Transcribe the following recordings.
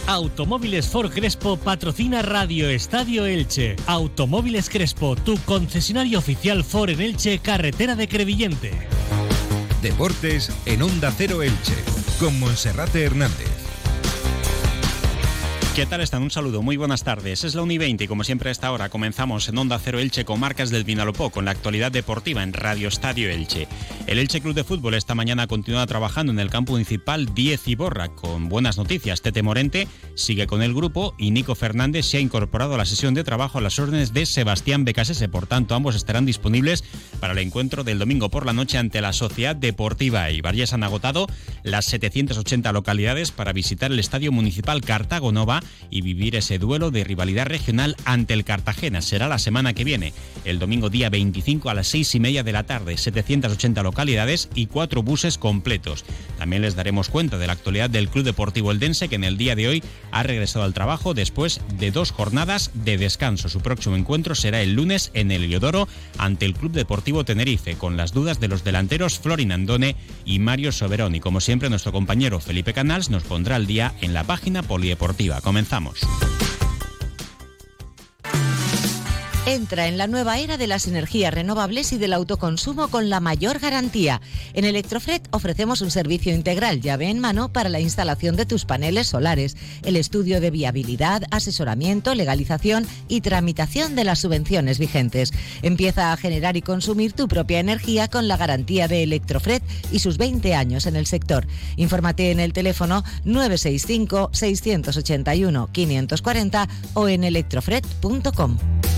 Automóviles Ford Crespo patrocina Radio Estadio Elche. Automóviles Crespo, tu concesionario oficial Ford en Elche, carretera de Crevillente. Deportes en Onda Cero Elche, con Monserrate Hernández. ¿Qué tal están? Un saludo, muy buenas tardes. Es la 1:20 y como siempre a esta hora comenzamos en Onda Cero Elche con Marcas del Vinalopó, con la actualidad deportiva en Radio Estadio Elche. El Elche Club de Fútbol esta mañana continúa trabajando en el campo municipal 10 Iborra con buenas noticias. Tete Morente sigue con el grupo y Nico Fernández se ha incorporado a la sesión de trabajo a las órdenes de Sebastián Becasese. Por tanto, ambos estarán disponibles para el encuentro del domingo por la noche ante la Sociedad Deportiva Eibar. Ya se han agotado las 780 localidades para visitar el Estadio Municipal Cartago Nova y vivir ese duelo de rivalidad regional ante el Cartagena. Será la semana que viene, el domingo día 25 a las 6:30 de la tarde. 780 localidades y 4 buses completos. También les daremos cuenta de la actualidad del Club Deportivo Eldense, que en el día de hoy ha regresado al trabajo después de 2 jornadas de descanso. Su próximo encuentro será el lunes en el Heliodoro ante el Club Deportivo Tenerife, con las dudas de los delanteros Florin Andone y Mario Soberón. Y como siempre, nuestro compañero Felipe Canals nos pondrá al día en la página polideportiva. Comenzamos. Entra en la nueva era de las energías renovables y del autoconsumo con la mayor garantía. En Electrofred ofrecemos un servicio integral llave en mano para la instalación de tus paneles solares, el estudio de viabilidad, asesoramiento, legalización y tramitación de las subvenciones vigentes. Empieza a generar y consumir tu propia energía con la garantía de Electrofred y sus 20 años en el sector. Infórmate en el teléfono 965 681 540 o en electrofred.com.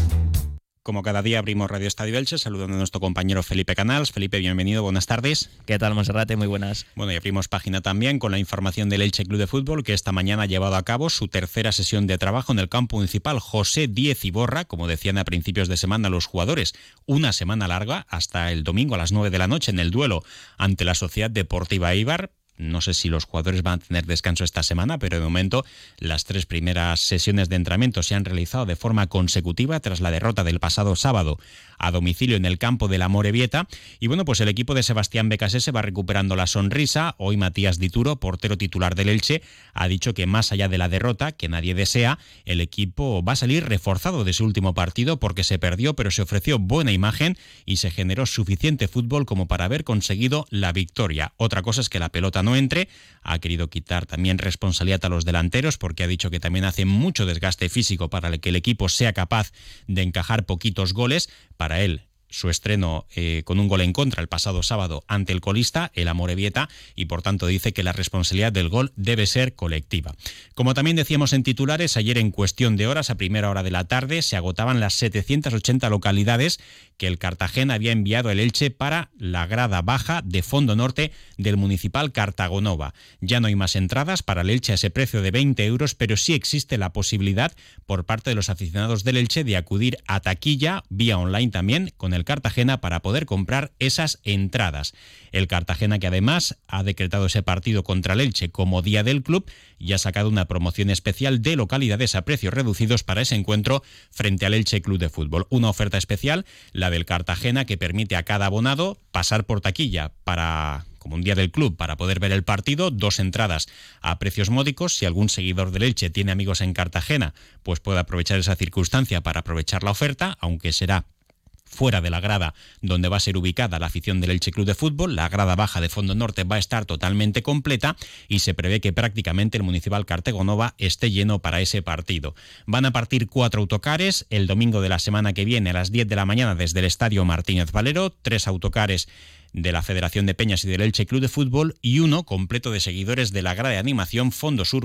Como cada día abrimos Radio Estadio Elche saludando a nuestro compañero Felipe Canals. Felipe, bienvenido, buenas tardes. ¿Qué tal, Monserrate? Muy buenas. Bueno, y abrimos página también con la información del Elche Club de Fútbol, que esta mañana ha llevado a cabo su tercera sesión de trabajo en el campo municipal José Díez Iborra. Como decían a principios de semana los jugadores, una semana larga hasta el domingo a las 9 de la noche en el duelo ante la Sociedad Deportiva Eibar. No sé si los jugadores van a tener descanso esta semana, pero de momento las 3 primeras sesiones de entrenamiento se han realizado de forma consecutiva tras la derrota del pasado sábado a domicilio en el campo de la Morevieta. Y bueno, pues el equipo de Sebastián Becasese va recuperando la sonrisa. Hoy Matías Dituro, portero titular del Elche, ha dicho que más allá de la derrota, que nadie desea, el equipo va a salir reforzado de su último partido porque se perdió, pero se ofreció buena imagen y se generó suficiente fútbol como para haber conseguido la victoria. Otra cosa es que la pelota no entre. Ha querido quitar también responsabilidad a los delanteros porque ha dicho que también hace mucho desgaste físico para que el equipo sea capaz de encajar poquitos goles. Para él, su estreno con un gol en contra el pasado sábado ante el colista, el Amorebieta, y por tanto dice que la responsabilidad del gol debe ser colectiva. Como también decíamos en titulares, ayer en cuestión de horas, a primera hora de la tarde, se agotaban las 780 localidades que el Cartagena había enviado el Elche para la grada baja de Fondo Norte del municipal Cartago Nova. Ya no hay más entradas para el Elche a ese precio de 20 euros, pero sí existe la posibilidad por parte de los aficionados del Elche de acudir a taquilla, vía online también, con el Cartagena para poder comprar esas entradas. El Cartagena, que además ha decretado ese partido contra el Elche como día del club y ha sacado una promoción especial de localidades a precios reducidos para ese encuentro frente al Elche Club de Fútbol. Una oferta especial, la del Cartagena, que permite a cada abonado pasar por taquilla como un día del club para poder ver el partido, 2 entradas a precios módicos. Si algún seguidor del Elche tiene amigos en Cartagena, pues puede aprovechar esa circunstancia para aprovechar la oferta, aunque será fuera de la grada donde va a ser ubicada la afición del Elche Club de Fútbol. La grada baja de Fondo Norte va a estar totalmente completa y se prevé que prácticamente el municipal Cartago Nova esté lleno para ese partido. Van a partir 4 autocares el domingo de la semana que viene a las 10 de la mañana desde el Estadio Martínez Valero, 3 autocares de la Federación de Peñas y del Elche Club de Fútbol y 1 completo de seguidores de la grada de animación Fondo Sur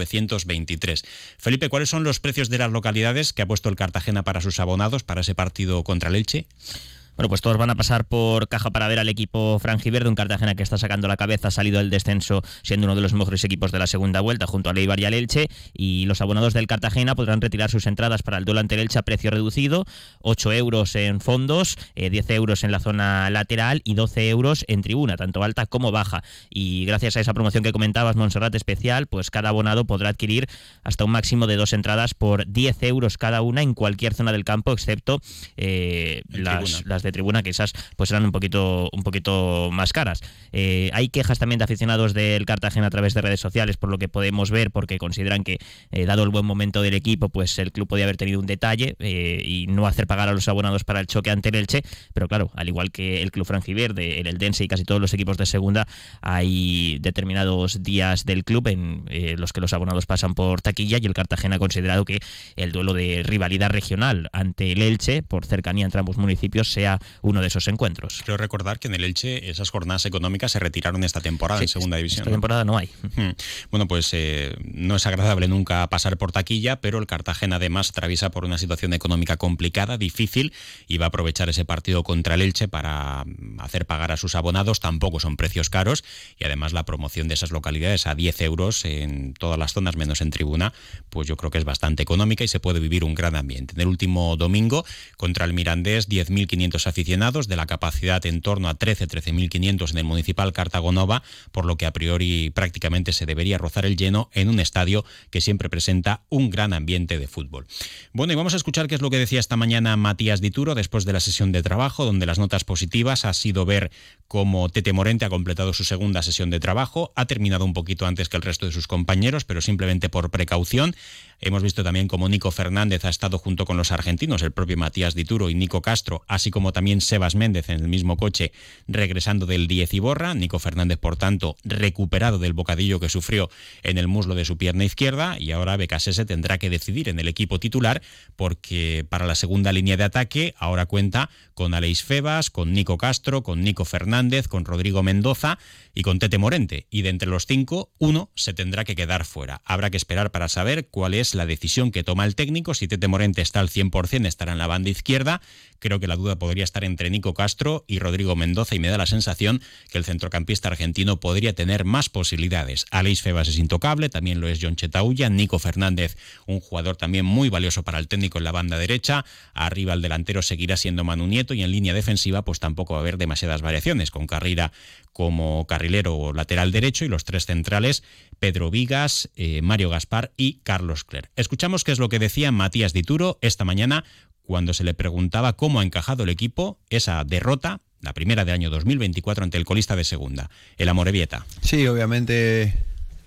1923. Felipe, ¿cuáles son los precios de las localidades que ha puesto el Cartagena para sus abonados para ese partido contra el Elche? Bueno, pues todos van a pasar por caja para ver al equipo franjiverde, un Cartagena que está sacando la cabeza, ha salido del descenso siendo uno de los mejores equipos de la segunda vuelta junto al Eibar y al Elche, y los abonados del Cartagena podrán retirar sus entradas para el duelo ante el Elche a precio reducido, 8 euros en fondos, 10 euros en la zona lateral y 12 euros en tribuna, tanto alta como baja. Y gracias a esa promoción que comentabas, Monserrate, especial, pues cada abonado podrá adquirir hasta un máximo de 2 entradas por 10 euros cada una en cualquier zona del campo, excepto las de tribuna, que esas pues eran un poquito más caras. Hay quejas también de aficionados del Cartagena a través de redes sociales, por lo que podemos ver, porque consideran que dado el buen momento del equipo, pues el club podía haber tenido un detalle y no hacer pagar a los abonados para el choque ante el Elche. Pero claro, al igual que el club franjiverde, el Eldense y casi todos los equipos de segunda, hay determinados días del club en los que los abonados pasan por taquilla, y el Cartagena ha considerado que el duelo de rivalidad regional ante el Elche, por cercanía entre ambos municipios, sea uno de esos encuentros. Creo recordar que en el Elche esas jornadas económicas se retiraron esta temporada, sí, en segunda división. Esta temporada no hay. Bueno, pues no es agradable nunca pasar por taquilla, pero el Cartagena además atraviesa por una situación económica complicada, difícil, y va a aprovechar ese partido contra el Elche para hacer pagar a sus abonados. Tampoco son precios caros, y además la promoción de esas localidades a 10 euros en todas las zonas menos en tribuna, pues yo creo que es bastante económica y se puede vivir un gran ambiente. En el último domingo contra el Mirandés, 10.500 aficionados, de la capacidad en torno a 13.500 en el Municipal Cartagonova, por lo que a priori prácticamente se debería rozar el lleno en un estadio que siempre presenta un gran ambiente de fútbol. Bueno, y vamos a escuchar qué es lo que decía esta mañana Matías Dituro después de la sesión de trabajo, donde las notas positivas ha sido ver cómo Tete Morente ha completado su segunda sesión de trabajo, ha terminado un poquito antes que el resto de sus compañeros, pero simplemente por precaución. Hemos visto también cómo Nico Fernández ha estado junto con los argentinos, el propio Matías Dituro y Nico Castro, así como también Sebas Méndez en el mismo coche, regresando del Diez Iborra. Nico Fernández, por tanto, recuperado del bocadillo que sufrió en el muslo de su pierna izquierda, y ahora Becasese tendrá que decidir en el equipo titular, porque para la segunda línea de ataque ahora cuenta con Aleix Febas, con Nico Castro, con Nico Fernández, con Rodrigo Mendoza y con Tete Morente, y de entre los 5, uno se tendrá que quedar fuera. Habrá que esperar para saber cuál es la decisión que toma el técnico. Si Tete Morente está al 100%, estará en la banda izquierda. Creo que la duda podría estar entre Nico Castro y Rodrigo Mendoza, y me da la sensación que el centrocampista argentino podría tener más posibilidades. Aleix Febas es intocable, también lo es John Chetauya. Nico Fernández, un jugador también muy valioso para el técnico en la banda derecha. Arriba el delantero seguirá siendo Manu Nieto, y en línea defensiva pues tampoco va a haber demasiadas variaciones, con Carrera como carrilero o lateral derecho, y los 3 centrales, Pedro Vigas, Mario Gaspar y Carlos Cler. Escuchamos qué es lo que decía Matías Dituro esta mañana cuando se le preguntaba cómo ha encajado el equipo esa derrota, la primera del año 2024 ante el colista de segunda, el Amorebieta. Sí, obviamente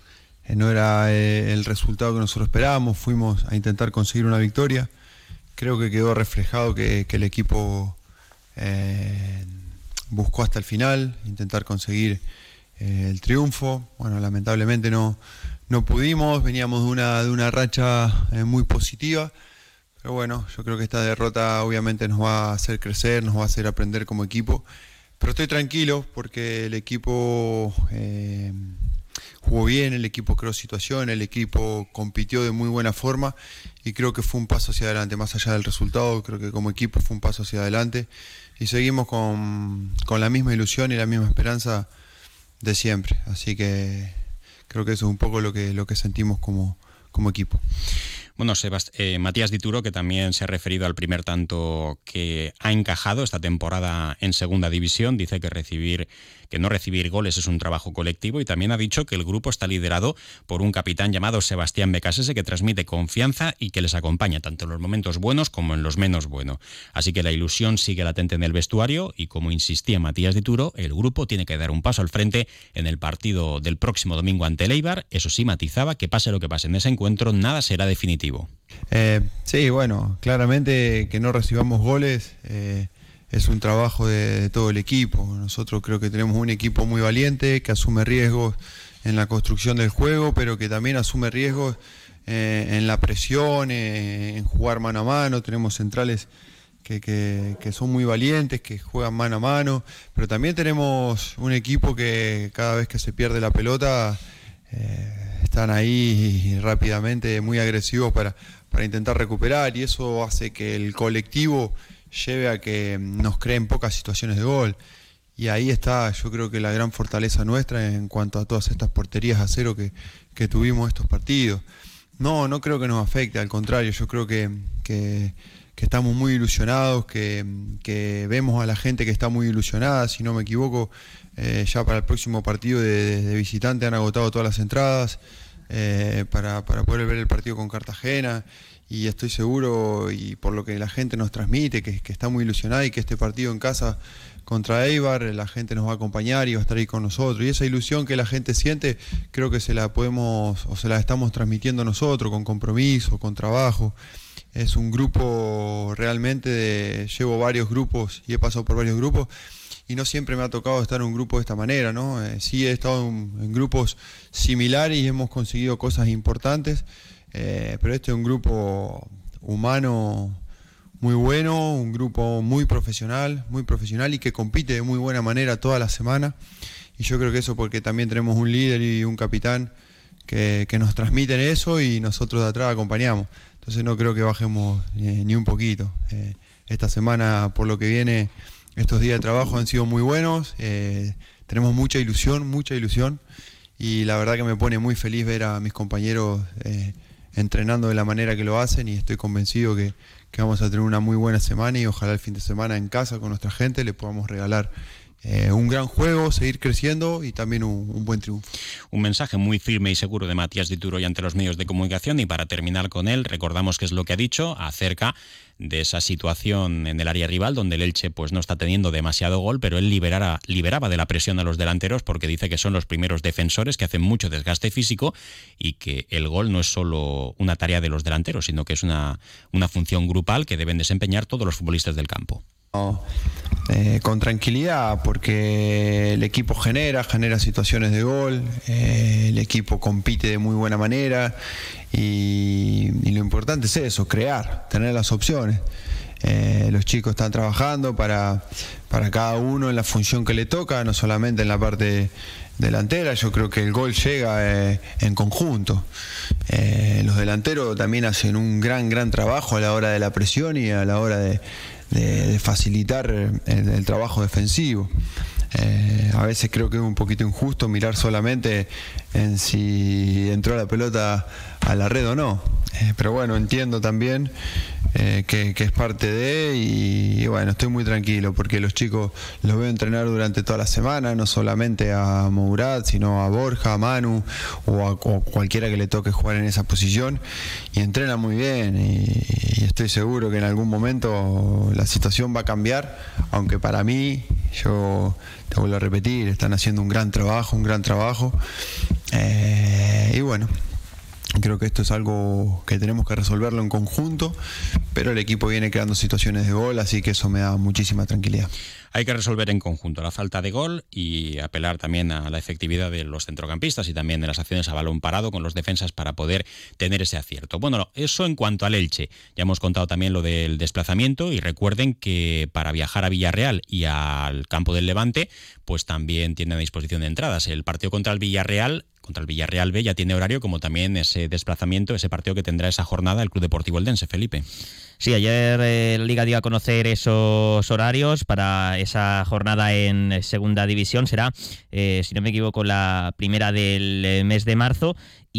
no era el resultado que nosotros esperábamos, fuimos a intentar conseguir una victoria. Creo que quedó reflejado que el equipo buscó hasta el final, intentar conseguir el triunfo. Bueno, lamentablemente no pudimos, veníamos de una racha muy positiva, pero bueno, yo creo que esta derrota obviamente nos va a hacer crecer, nos va a hacer aprender como equipo, pero estoy tranquilo porque el equipo jugó bien, el equipo creó situación, el equipo compitió de muy buena forma, y creo que fue un paso hacia adelante, más allá del resultado. Creo que como equipo fue un paso hacia adelante, y seguimos con la misma ilusión y la misma esperanza de siempre, así que creo que eso es un poco lo que sentimos como equipo. Bueno, Matías Dituro, que también se ha referido al primer tanto que ha encajado esta temporada en segunda división, dice que no recibir goles es un trabajo colectivo, y también ha dicho que el grupo está liderado por un capitán llamado Sebastián Becasese, que transmite confianza y que les acompaña tanto en los momentos buenos como en los menos buenos. Así que la ilusión sigue latente en el vestuario, y como insistía Matías Dituro, el grupo tiene que dar un paso al frente en el partido del próximo domingo ante el Eibar. Eso sí, matizaba que pase lo que pase en ese encuentro, nada será definitivo. Sí, bueno, claramente que no recibamos goles es un trabajo de todo el equipo. Nosotros creo que tenemos un equipo muy valiente, que asume riesgos en la construcción del juego, pero que también asume riesgos en la presión, en jugar mano a mano. Tenemos centrales que son muy valientes, que juegan mano a mano, pero también tenemos un equipo que cada vez que se pierde la pelota están ahí rápidamente muy agresivos para intentar recuperar, y eso hace que el colectivo lleve a que nos creen pocas situaciones de gol, y ahí está, yo creo que la gran fortaleza nuestra en cuanto a todas estas porterías a cero que tuvimos estos partidos. No creo que nos afecte, al contrario, yo creo que estamos muy ilusionados, que vemos a la gente que está muy ilusionada. Si no me equivoco, ya para el próximo partido de visitante han agotado todas las entradas, para poder ver el partido con Cartagena, y estoy seguro, y por lo que la gente nos transmite, que está muy ilusionada, y que este partido en casa contra Eibar, la gente nos va a acompañar y va a estar ahí con nosotros, y esa ilusión que la gente siente, creo que se la estamos transmitiendo nosotros, con compromiso, con trabajo. Es un grupo realmente, llevo varios grupos y he pasado por varios grupos, y no siempre me ha tocado estar en un grupo de esta manera, ¿no? Sí he estado en grupos similares y hemos conseguido cosas importantes, pero este es un grupo humano muy bueno, un grupo muy profesional y que compite de muy buena manera toda la semana, y yo creo que eso porque también tenemos un líder y un capitán que nos transmiten eso, y nosotros de atrás acompañamos. Entonces no creo que bajemos ni un poquito. Esta semana, por lo que viene, estos días de trabajo han sido muy buenos, tenemos mucha ilusión, y la verdad que me pone muy feliz ver a mis compañeros entrenando de la manera que lo hacen, y estoy convencido que vamos a tener una muy buena semana, y ojalá el fin de semana en casa con nuestra gente le podamos regalar un gran juego, seguir creciendo y también un buen triunfo. Un mensaje muy firme y seguro de Matías Dituro y ante los medios de comunicación, y para terminar con él, recordamos qué es lo que ha dicho acerca de esa situación en el área rival donde el Elche pues no está teniendo demasiado gol, pero él liberaba de la presión a los delanteros, porque dice que son los primeros defensores, que hacen mucho desgaste físico, y que el gol no es solo una tarea de los delanteros, sino que es una función grupal que deben desempeñar todos los futbolistas del campo. Con tranquilidad, porque el equipo genera situaciones de gol, el equipo compite de muy buena manera, y lo importante es eso, tener las opciones. Los chicos están trabajando para cada uno en la función que le toca, no solamente en la parte delantera. Yo creo que el gol llega en conjunto. Los delanteros también hacen un gran trabajo a la hora de la presión y a la hora de facilitar el trabajo defensivo. A veces creo que es un poquito injusto mirar solamente en si entró la pelota a la red o no, pero bueno, entiendo también que es parte de, y bueno, estoy muy tranquilo porque los chicos los veo entrenar durante toda la semana, no solamente a Mourad, sino a Borja, a Manu o a cualquiera que le toque jugar en esa posición, y entrenan muy bien, y estoy seguro que en algún momento la situación va a cambiar, aunque para mí, yo te vuelvo a repetir, están haciendo un gran trabajo, y bueno, creo que esto es algo que tenemos que resolverlo en conjunto, pero el equipo viene creando situaciones de gol, así que eso me da muchísima tranquilidad. Hay que resolver en conjunto la falta de gol y apelar también a la efectividad de los centrocampistas y también de las acciones a balón parado con los defensas para poder tener ese acierto. Bueno, eso en cuanto al Elche. Ya hemos contado también lo del desplazamiento, y recuerden que para viajar a Villarreal y al campo del Levante, pues también tienen a disposición de entradas. El partido contra el Villarreal B ya tiene horario, como también ese desplazamiento, ese partido que tendrá esa jornada el Club Deportivo Eldense. Felipe. Sí, ayer la Liga dio a conocer esos horarios para esa jornada en Segunda División. Será, si no me equivoco, la primera del mes de marzo.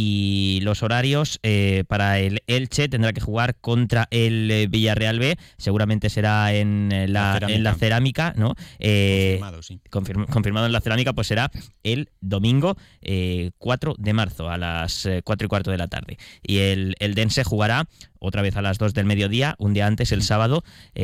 Y los horarios para el Elche tendrá que jugar contra el Villarreal B. Seguramente será en la Cerámica, ¿no? Confirmado, sí. Confirmado en la Cerámica, pues será el domingo 4 de marzo a las 4:15 de la tarde. Y el Eldense jugará otra vez a las 2 del mediodía, un día antes, el sábado,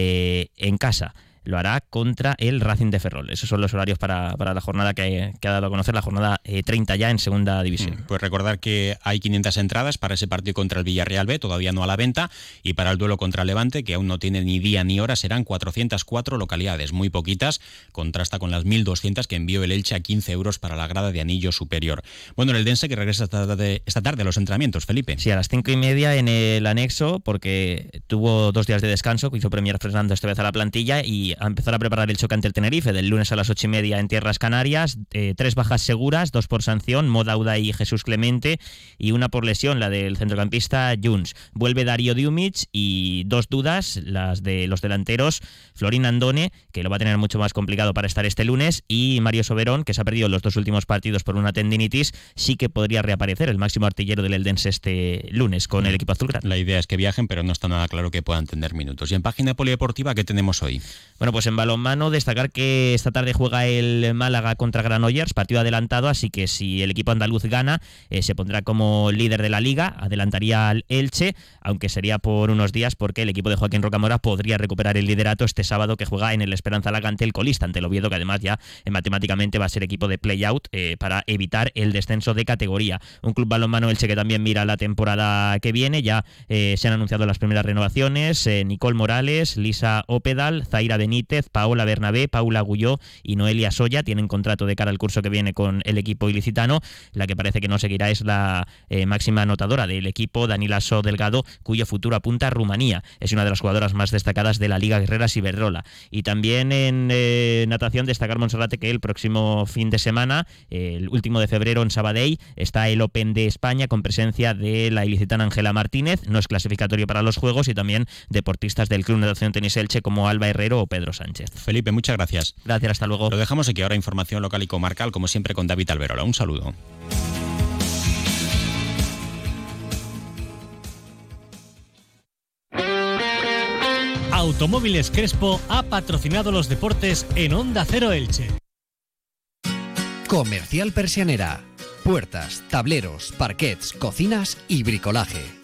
en casa. Lo hará contra el Racing de Ferrol. Esos son los horarios para la jornada que ha dado a conocer, la jornada 30 ya en Segunda División. Pues recordar que hay 500 entradas para ese partido contra el Villarreal B, todavía no a la venta, y para el duelo contra el Levante, que aún no tiene ni día ni hora, serán 404 localidades, muy poquitas, contrasta con las 1.200 que envió el Elche a 15 euros para la grada de anillo superior. Bueno, el Eldense que regresa esta tarde a los entrenamientos, Felipe. Sí, a las 5:30 en el anexo, porque tuvo 2 días de descanso, quiso premiar Fernando esta vez a la plantilla, y a empezar a preparar el choque ante el Tenerife del lunes a las 8:30 en Tierras Canarias. 3 bajas seguras, 2 por sanción, Modauda y Jesús Clemente, y 1 por lesión, la del centrocampista Junts. Vuelve Darío Diumic, y 2 dudas, las de los delanteros Florín Andone, que lo va a tener mucho más complicado para estar este lunes, y Mario Soberón, que se ha perdido los 2 últimos partidos por una tendinitis, sí que podría reaparecer, el máximo artillero del Eldense este lunes con el equipo azulgrana. La idea es que viajen, pero no está nada claro que puedan tener minutos. Y en página polideportiva, ¿qué tenemos hoy? Bueno, Bueno, pues en balonmano destacar que esta tarde juega el Málaga contra Granollers, partido adelantado, así que si el equipo andaluz gana, se pondrá como líder de la Liga, adelantaría al Elche, aunque sería por unos días porque el equipo de Joaquín Rocamora podría recuperar el liderato este sábado que juega en el Esperanza Laga ante el colista, ante el Oviedo, que además ya matemáticamente va a ser equipo de play-out para evitar el descenso de categoría. Un club balonmano Elche que también mira la temporada que viene, ya se han anunciado las primeras renovaciones, Nicole Morales, Lisa Opedal, Zaira Benítez, Paola Bernabé, Paula Agulló y Noelia Soya tienen contrato de cara al curso que viene con el equipo ilicitano. La que parece que no seguirá es la máxima anotadora del equipo, Danila So Delgado, cuyo futuro apunta a Rumanía. Es una de las jugadoras más destacadas de la Liga Guerreras Iberdrola. Y también en natación destacar, Monserrate, que el próximo fin de semana, el último de febrero en Sabadell, está el Open de España con presencia de la ilicitana Ángela Martínez, no es clasificatorio para los Juegos, y también deportistas del Club Natación Tenis Elche como Alba Herrero o Pedro Sánchez. Felipe, muchas gracias. Gracias, hasta luego. Lo dejamos aquí ahora, información local y comarcal, como siempre con David Alberola. Un saludo. Automóviles Crespo ha patrocinado los deportes en Onda Cero Elche. Comercial Persianera. Puertas, tableros, parquets, cocinas y bricolaje.